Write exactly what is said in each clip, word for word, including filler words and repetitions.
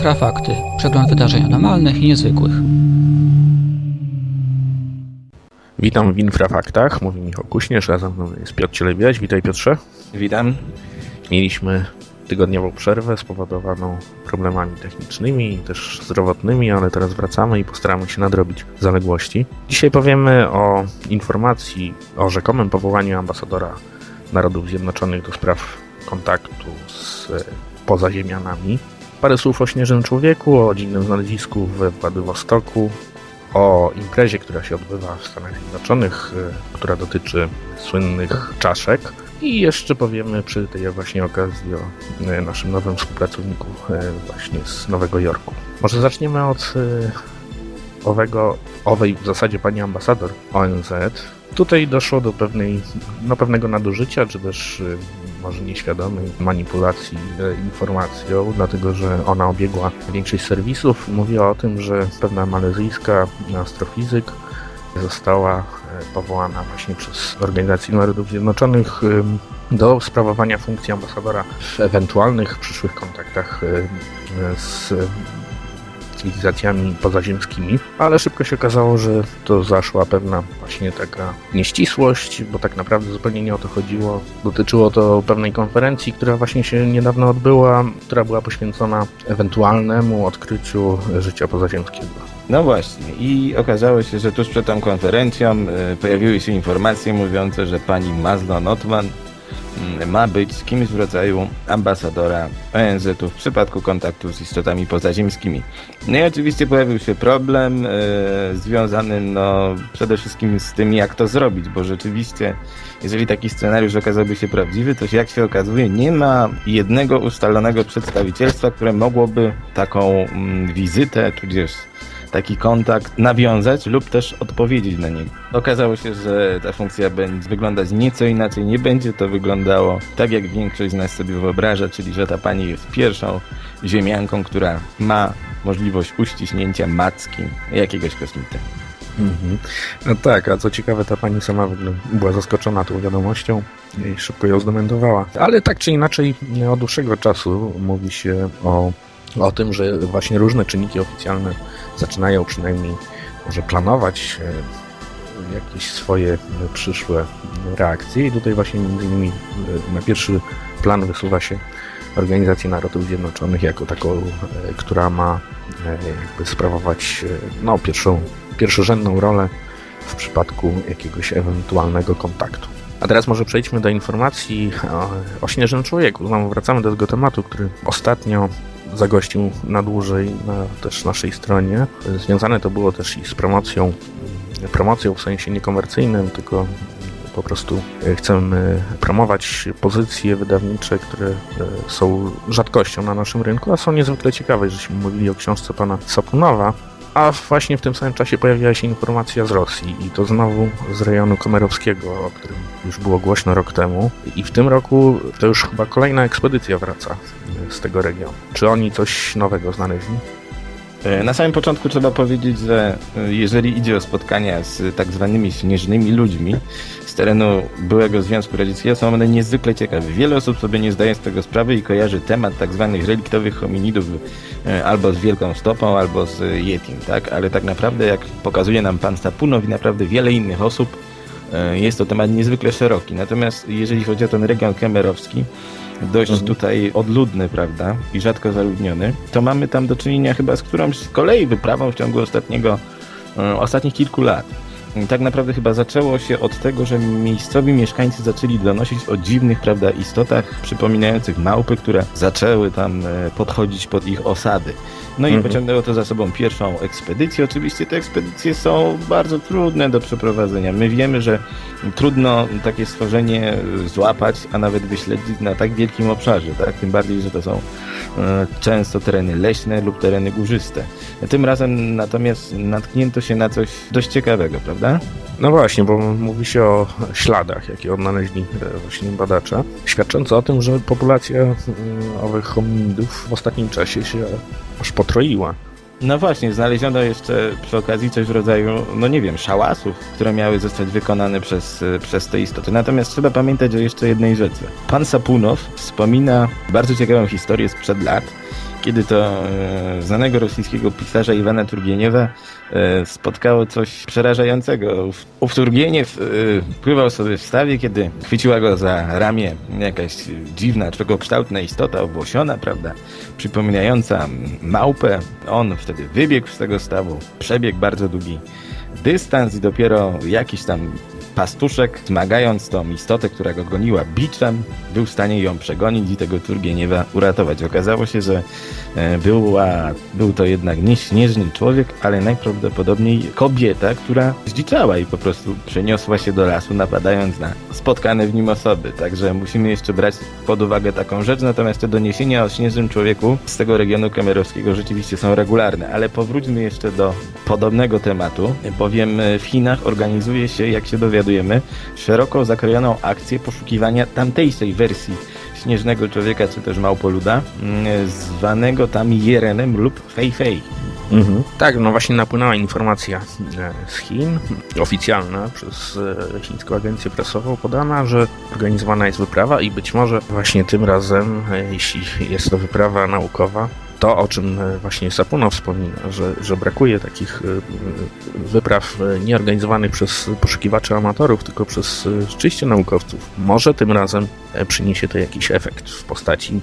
Infrafakty. Przegląd wydarzeń anormalnych i niezwykłych. Witam w Infrafaktach. Mówi Michał Kuśnierz, a ze mną jest Piotr Cielebiaś. Witaj, Piotrze. Witam. Mieliśmy tygodniową przerwę spowodowaną problemami technicznymi i też zdrowotnymi, ale teraz wracamy i postaramy się nadrobić zaległości. Dzisiaj powiemy o informacji o rzekomym powołaniu ambasadora Narodów Zjednoczonych do spraw kontaktu z pozaziemianami. Parę słów o Śnieżnym Człowieku, o dziwnym znalezisku we Władywostoku, o imprezie, która się odbywa w Stanach Zjednoczonych, która dotyczy słynnych czaszek. I jeszcze powiemy przy tej właśnie okazji o naszym nowym współpracowniku właśnie z Nowego Jorku. Może zaczniemy od owego, owej w zasadzie pani ambasador O N Z. Tutaj doszło do pewnej, no, pewnego nadużycia, czy też może nieświadomej manipulacji informacją, dlatego że ona obiegła większość serwisów. Mówiła o tym, że pewna malezyjska astrofizyk została powołana właśnie przez Organizację Narodów Zjednoczonych do sprawowania funkcji ambasadora w ewentualnych przyszłych kontaktach z cywilizacjami pozaziemskimi, ale szybko się okazało, że to zaszła pewna właśnie taka nieścisłość, bo tak naprawdę zupełnie nie o to chodziło. Dotyczyło to pewnej konferencji, która właśnie się niedawno odbyła, która była poświęcona ewentualnemu odkryciu życia pozaziemskiego. No właśnie i okazało się, że tuż przed tą konferencją y, pojawiły się informacje mówiące, że pani Mazlo Notman y, ma być kimś w rodzaju ambasadora O N Z-u w przypadku kontaktu z istotami pozaziemskimi. No i oczywiście pojawił się problem y, związany no, przede wszystkim z tym, jak to zrobić, bo rzeczywiście jeżeli taki scenariusz okazałby się prawdziwy, to jak się okazuje, nie ma jednego ustalonego przedstawicielstwa, które mogłoby taką mm, wizytę, tudzież taki kontakt nawiązać lub też odpowiedzieć na niego. Okazało się, że ta funkcja będzie wyglądać nieco inaczej. Nie będzie to wyglądało tak, jak większość z nas sobie wyobraża, czyli że ta pani jest pierwszą ziemianką, która ma możliwość uściśnięcia macki jakiegoś kosmity. Mhm. No tak, a co ciekawe, ta pani sama była zaskoczona tą wiadomością i szybko ją zdementowała. Ale tak czy inaczej od dłuższego czasu mówi się o, o tym, że właśnie różne czynniki oficjalne zaczynają przynajmniej może planować jakieś swoje przyszłe reakcje i tutaj właśnie między innymi na pierwszy plan wysuwa się Organizacja Narodów Zjednoczonych jako taką, która ma jakby sprawować no, pierwszą, pierwszorzędną rolę w przypadku jakiegoś ewentualnego kontaktu. A teraz może przejdźmy do informacji o, o Śnieżnym Człowieku. Znowu wracamy do tego tematu, który ostatnio zagościł na dłużej na też naszej stronie. Związane to było też i z promocją, promocją w sensie niekomercyjnym, tylko po prostu chcemy promować pozycje wydawnicze, które są rzadkością na naszym rynku, a są niezwykle ciekawe, żeśmy mówili o książce pana Sapunowa, a właśnie w tym samym czasie pojawiła się informacja z Rosji i to znowu z rejonu komerowskiego, o którym już było głośno rok temu. I w tym roku to już chyba kolejna ekspedycja wraca z tego regionu. Czy oni coś nowego znaleźli? Na samym początku trzeba powiedzieć, że jeżeli idzie o spotkania z tak zwanymi śnieżnymi ludźmi z terenu byłego Związku Radzieckiego, są one niezwykle ciekawe. Wiele osób sobie nie zdaje z tego sprawy i kojarzy temat tak zwanych reliktowych hominidów albo z Wielką Stopą, albo z Yetim, tak? Ale tak naprawdę, jak pokazuje nam pan Sapunow i naprawdę wiele innych osób, jest to temat niezwykle szeroki. Natomiast jeżeli chodzi o ten region kemerowski, dość mhm. tutaj odludny, prawda, i rzadko zaludniony, to mamy tam do czynienia chyba z którąś z kolei wyprawą w ciągu ostatniego, e, ostatnich kilku lat. I tak naprawdę chyba zaczęło się od tego, że miejscowi mieszkańcy zaczęli donosić o dziwnych, prawda, istotach przypominających małpy, które zaczęły tam e, podchodzić pod ich osady. No i mhm. pociągnęło to za sobą pierwszą ekspedycję. Oczywiście te ekspedycje są bardzo trudne do przeprowadzenia. My wiemy, że trudno takie stworzenie złapać, a nawet wyśledzić na tak wielkim obszarze, tak? Tym bardziej, że to są e, często tereny leśne lub tereny górzyste. Tym razem natomiast natknięto się na coś dość ciekawego, prawda? No właśnie, bo mówi się o śladach, jakie odnaleźli właśnie badacze, świadczące o tym, że populacja owych hominidów w ostatnim czasie się aż potroiła. No właśnie, znaleziono jeszcze przy okazji coś w rodzaju, no nie wiem, szałasów, które miały zostać wykonane przez, przez te istoty. Natomiast trzeba pamiętać o jeszcze jednej rzeczy. Pan Sapunow wspomina bardzo ciekawą historię sprzed lat, kiedy to e, znanego rosyjskiego pisarza Iwana Turgieniewa e, spotkało coś przerażającego. Ów Turgieniew e, pływał sobie w stawie, kiedy chwyciła go za ramię jakaś dziwna, człowiekokształtna istota obłosiona, prawda, przypominająca małpę. On wtedy wybiegł z tego stawu, przebiegł bardzo długi dystans i dopiero jakiś tam pastuszek, zmagając tą istotę, która go goniła biczem, był w stanie ją przegonić i tego Turgieniewa uratować. Okazało się, że była, był to jednak nie śnieżny człowiek, ale najprawdopodobniej kobieta, która zdziczała i po prostu przeniosła się do lasu, napadając na spotkane w nim osoby. Także musimy jeszcze brać pod uwagę taką rzecz, natomiast te doniesienia o śnieżnym człowieku z tego regionu kemerowskiego rzeczywiście są regularne. Ale powróćmy jeszcze do podobnego tematu, bowiem w Chinach organizuje się, jak się dowiadujemy, szeroko zakrojoną akcję poszukiwania tamtejszej wersji śnieżnego człowieka, czy też małpoluda, zwanego tam Jerenem lub Fei Fei. Mhm. Tak, no właśnie napłynęła informacja z Chin, oficjalna przez chińską agencję prasową podana, że organizowana jest wyprawa i być może właśnie tym razem, jeśli jest to wyprawa naukowa, to, o czym właśnie Sapuno wspomina, że, że brakuje takich wypraw nieorganizowanych przez poszukiwaczy amatorów, tylko przez rzeczywiście naukowców. Może tym razem przyniesie to jakiś efekt w postaci,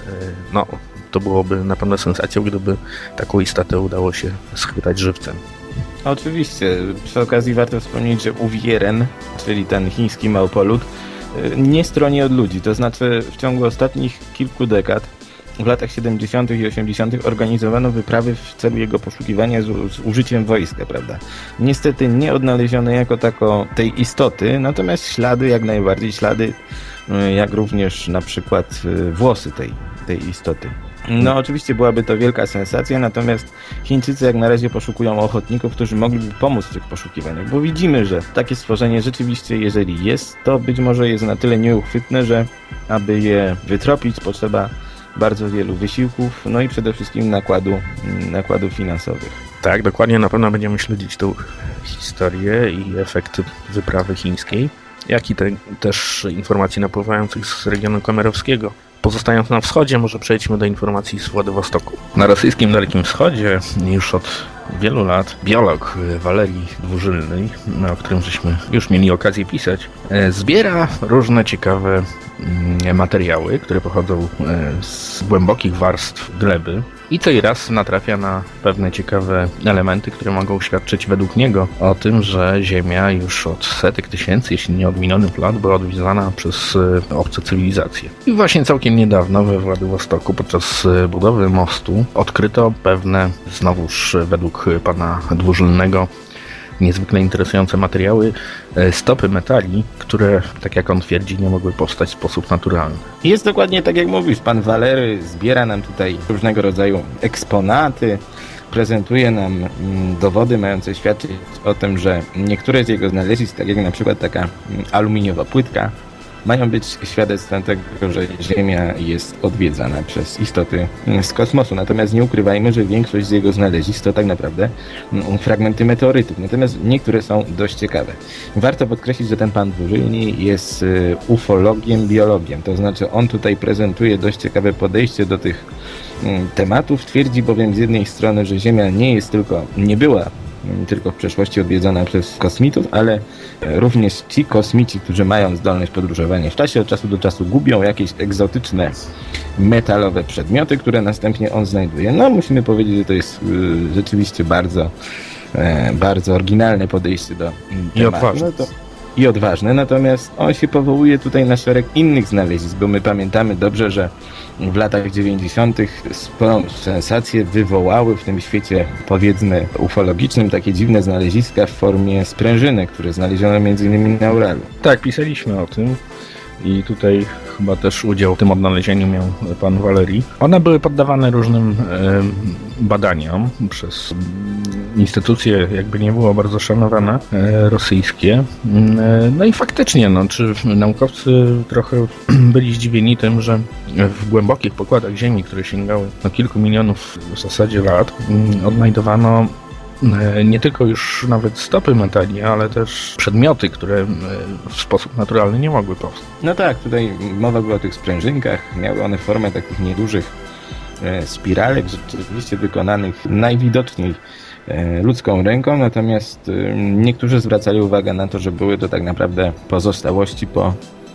no, to byłoby na pewno sensacją, gdyby taką istotę udało się schwytać żywcem. Oczywiście. Przy okazji warto wspomnieć, że ów Jeren, czyli ten chiński małpolud, nie stroni od ludzi. To znaczy w ciągu ostatnich kilku dekad, w latach siedemdziesiątych i osiemdziesiątych organizowano wyprawy w celu jego poszukiwania z, z użyciem wojska, prawda? Niestety nie odnaleziono jako tako tej istoty, natomiast ślady, jak najbardziej ślady, jak również na przykład włosy tej, tej istoty. No oczywiście byłaby to wielka sensacja, natomiast Chińczycy jak na razie poszukują ochotników, którzy mogliby pomóc w tych poszukiwaniach, bo widzimy, że takie stworzenie rzeczywiście, jeżeli jest, to być może jest na tyle nieuchwytne, że aby je wytropić, potrzeba bardzo wielu wysiłków, no i przede wszystkim nakładu, nakładów finansowych. Tak, dokładnie, na pewno będziemy śledzić tą historię i efekty wyprawy chińskiej, jak i te, też informacji napływających z regionu kemerowskiego. Pozostając na wschodzie, może przejdźmy do informacji z Władywostoku. Na rosyjskim Dalekim Wschodzie już od wielu lat biolog Walerii Dwużylny, o którym żeśmy już mieli okazję pisać, zbiera różne ciekawe materiały, które pochodzą z głębokich warstw gleby i co i raz natrafia na pewne ciekawe elementy, które mogą świadczyć według niego o tym, że Ziemia już od setek tysięcy, jeśli nie od minionych lat, była odwiedzana przez obce cywilizacje. I właśnie całkiem niedawno we Władywostoku podczas budowy mostu odkryto pewne, znowuż według pana Dwużylnego, niezwykle interesujące materiały, stopy metali, które, tak jak on twierdzi, nie mogły powstać w sposób naturalny. Jest dokładnie tak jak mówisz, pan Walery zbiera nam tutaj różnego rodzaju eksponaty, prezentuje nam dowody mające świadczyć o tym, że niektóre z jego znalezisk, tak jak na przykład taka aluminiowa płytka, mają być świadectwem tego, że Ziemia jest odwiedzana przez istoty z kosmosu. Natomiast nie ukrywajmy, że większość z jego znalezisk to tak naprawdę fragmenty meteorytów. Natomiast niektóre są dość ciekawe. Warto podkreślić, że ten pan Dwużylny jest ufologiem, biologiem. To znaczy on tutaj prezentuje dość ciekawe podejście do tych tematów. Twierdzi bowiem z jednej strony, że Ziemia nie jest tylko, nie była tylko w przeszłości odwiedzona przez kosmitów, ale również ci kosmici, którzy mają zdolność podróżowania w czasie, od czasu do czasu gubią jakieś egzotyczne metalowe przedmioty, które następnie on znajduje. No musimy powiedzieć, że to jest y, rzeczywiście bardzo y, bardzo oryginalne podejście do I tematu. Odważne. No to, I odważne, natomiast on się powołuje tutaj na szereg innych znalezisk, bo my pamiętamy dobrze, że w latach dziewięćdziesiątych sporą sensację wywołały w tym świecie, powiedzmy, ufologicznym takie dziwne znaleziska w formie sprężynek, które znaleziono między innymi na Uralu. Tak, pisaliśmy o tym i tutaj chyba też udział w tym odnalezieniu miał pan Walerii. One były poddawane różnym e, badaniom przez instytucje, jakby nie było, bardzo szanowane, e, rosyjskie. E, no i faktycznie, no, czy naukowcy trochę byli zdziwieni tym, że w głębokich pokładach Ziemi, które sięgały no, kilku milionów w zasadzie lat, m, odnajdowano nie tylko już nawet stopy metali, ale też przedmioty, które w sposób naturalny nie mogły powstać. No tak, tutaj mowa była o tych sprężynkach, miały one formę takich niedużych spiralek, rzeczywiście wykonanych najwidoczniej ludzką ręką, natomiast niektórzy zwracali uwagę na to, że były to tak naprawdę pozostałości po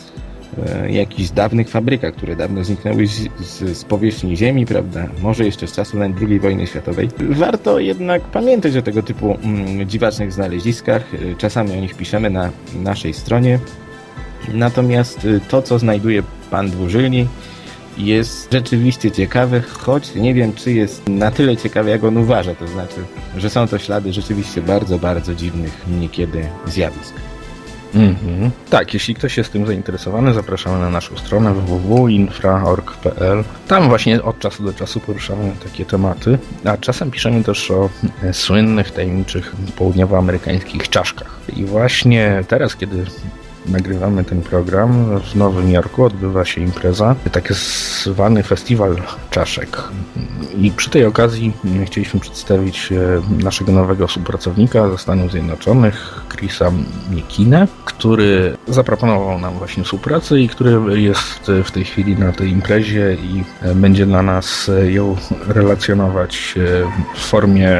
jakichś dawnych fabrykach, które dawno zniknęły z, z, z powierzchni ziemi, prawda? Może jeszcze z czasów drugiej wojny światowej. Warto jednak pamiętać o tego typu mm, dziwacznych znaleziskach. Czasami o nich piszemy na naszej stronie. Natomiast to, co znajduje pan Dwużylni, jest rzeczywiście ciekawe, choć nie wiem, czy jest na tyle ciekawe, jak on uważa. To znaczy, że są to ślady rzeczywiście bardzo, bardzo dziwnych niekiedy zjawisk. Mhm. Tak, jeśli ktoś jest tym zainteresowany, zapraszamy na naszą stronę w w w kropka infra kropka org kropka p l. Tam właśnie od czasu do czasu poruszamy takie tematy, a czasem piszemy też o słynnych, tajemniczych południowoamerykańskich czaszkach. I właśnie teraz, kiedy nagrywamy ten program, w Nowym Jorku odbywa się impreza, tak zwany festiwal czaszek. I przy tej okazji chcieliśmy przedstawić naszego nowego współpracownika ze Stanów Zjednoczonych, Chrisa Miekinę, który zaproponował nam właśnie współpracę i który jest w tej chwili na tej imprezie i będzie dla nas ją relacjonować w formie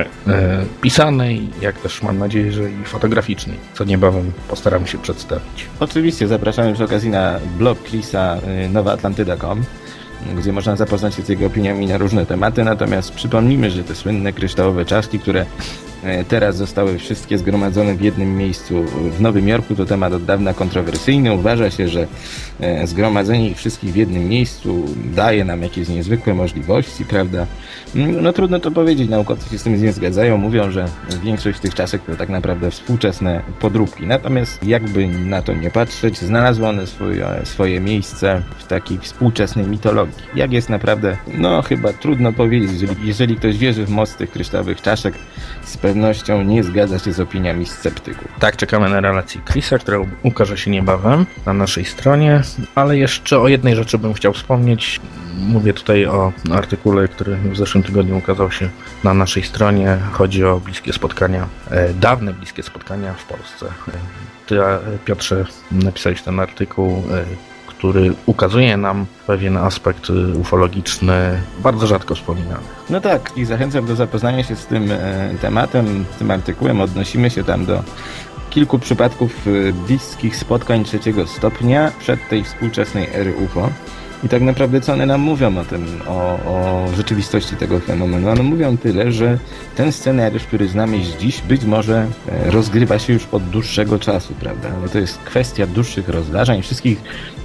pisanej, jak też mam nadzieję, że i fotograficznej, co niebawem postaramy się przedstawić. Oczywiście zapraszamy przy okazji na blog Chrisa nowa atlantyda kropka com, gdzie można zapoznać się z jego opiniami na różne tematy, natomiast przypomnijmy, że te słynne kryształowe czaszki, które teraz zostały wszystkie zgromadzone w jednym miejscu w Nowym Jorku, to temat od dawna kontrowersyjny. Uważa się, że zgromadzenie ich wszystkich w jednym miejscu daje nam jakieś niezwykłe możliwości, prawda? No trudno to powiedzieć, naukowcy się z tym nie zgadzają, mówią, że większość tych czaszek to tak naprawdę współczesne podróbki. Natomiast jakby na to nie patrzeć, znalazły one swoje, swoje miejsce w takiej współczesnej mitologii. Jak jest naprawdę, no chyba trudno powiedzieć, jeżeli, jeżeli ktoś wierzy w moc tych kryształowych czaszek, z pewnością nie zgadza się z opiniami sceptyków. Tak, czekamy na relację Chrisa, która ukaże się niebawem na naszej stronie, ale jeszcze o jednej rzeczy bym chciał wspomnieć. Mówię tutaj o artykule, który w zeszłym tygodniu ukazał się na naszej stronie. Chodzi o bliskie spotkania, dawne bliskie spotkania w Polsce. Ty, Piotrze, napisałeś ten artykuł, który ukazuje nam pewien aspekt ufologiczny, bardzo rzadko wspominany. No tak, i zachęcam do zapoznania się z tym e, tematem, tym artykułem. Odnosimy się tam do kilku przypadków e, bliskich spotkań trzeciego stopnia przed tej współczesnej ery U F O. I tak naprawdę co one nam mówią o tym, o, o rzeczywistości tego fenomenu? One mówią tyle, że ten scenariusz, który znamy dziś, być może rozgrywa się już od dłuższego czasu, prawda? No to jest kwestia dłuższych rozważań. Wszystkich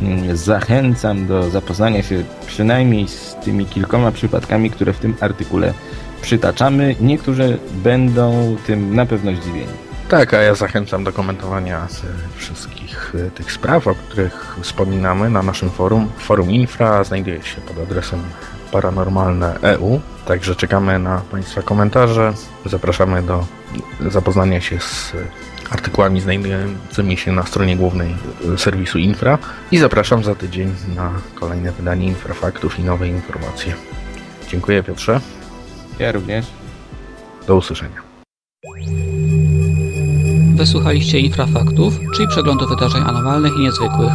zachęcam do zapoznania się przynajmniej z tymi kilkoma przypadkami, które w tym artykule przytaczamy. Niektórzy będą tym na pewno zdziwieni. Tak, a ja zachęcam do komentowania wszystkich tych spraw, o których wspominamy na naszym forum. Forum Infra znajduje się pod adresem paranormalne kropka e u, także czekamy na Państwa komentarze. Zapraszamy do zapoznania się z artykułami znajdującymi się na stronie głównej serwisu Infra i zapraszam za tydzień na kolejne wydanie Infrafaktów i nowe informacje. Dziękuję, Piotrze. Ja również. Do usłyszenia. Wysłuchaliście Infrafaktów, czyli przeglądu wydarzeń anormalnych i niezwykłych.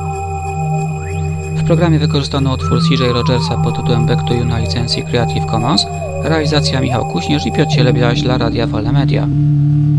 W programie wykorzystano utwór C J Rogersa pod tytułem Back to You na licencji Creative Commons, realizacja Michał Kuśnierz i Piotr Cielebiaś dla Radia Wolne Media.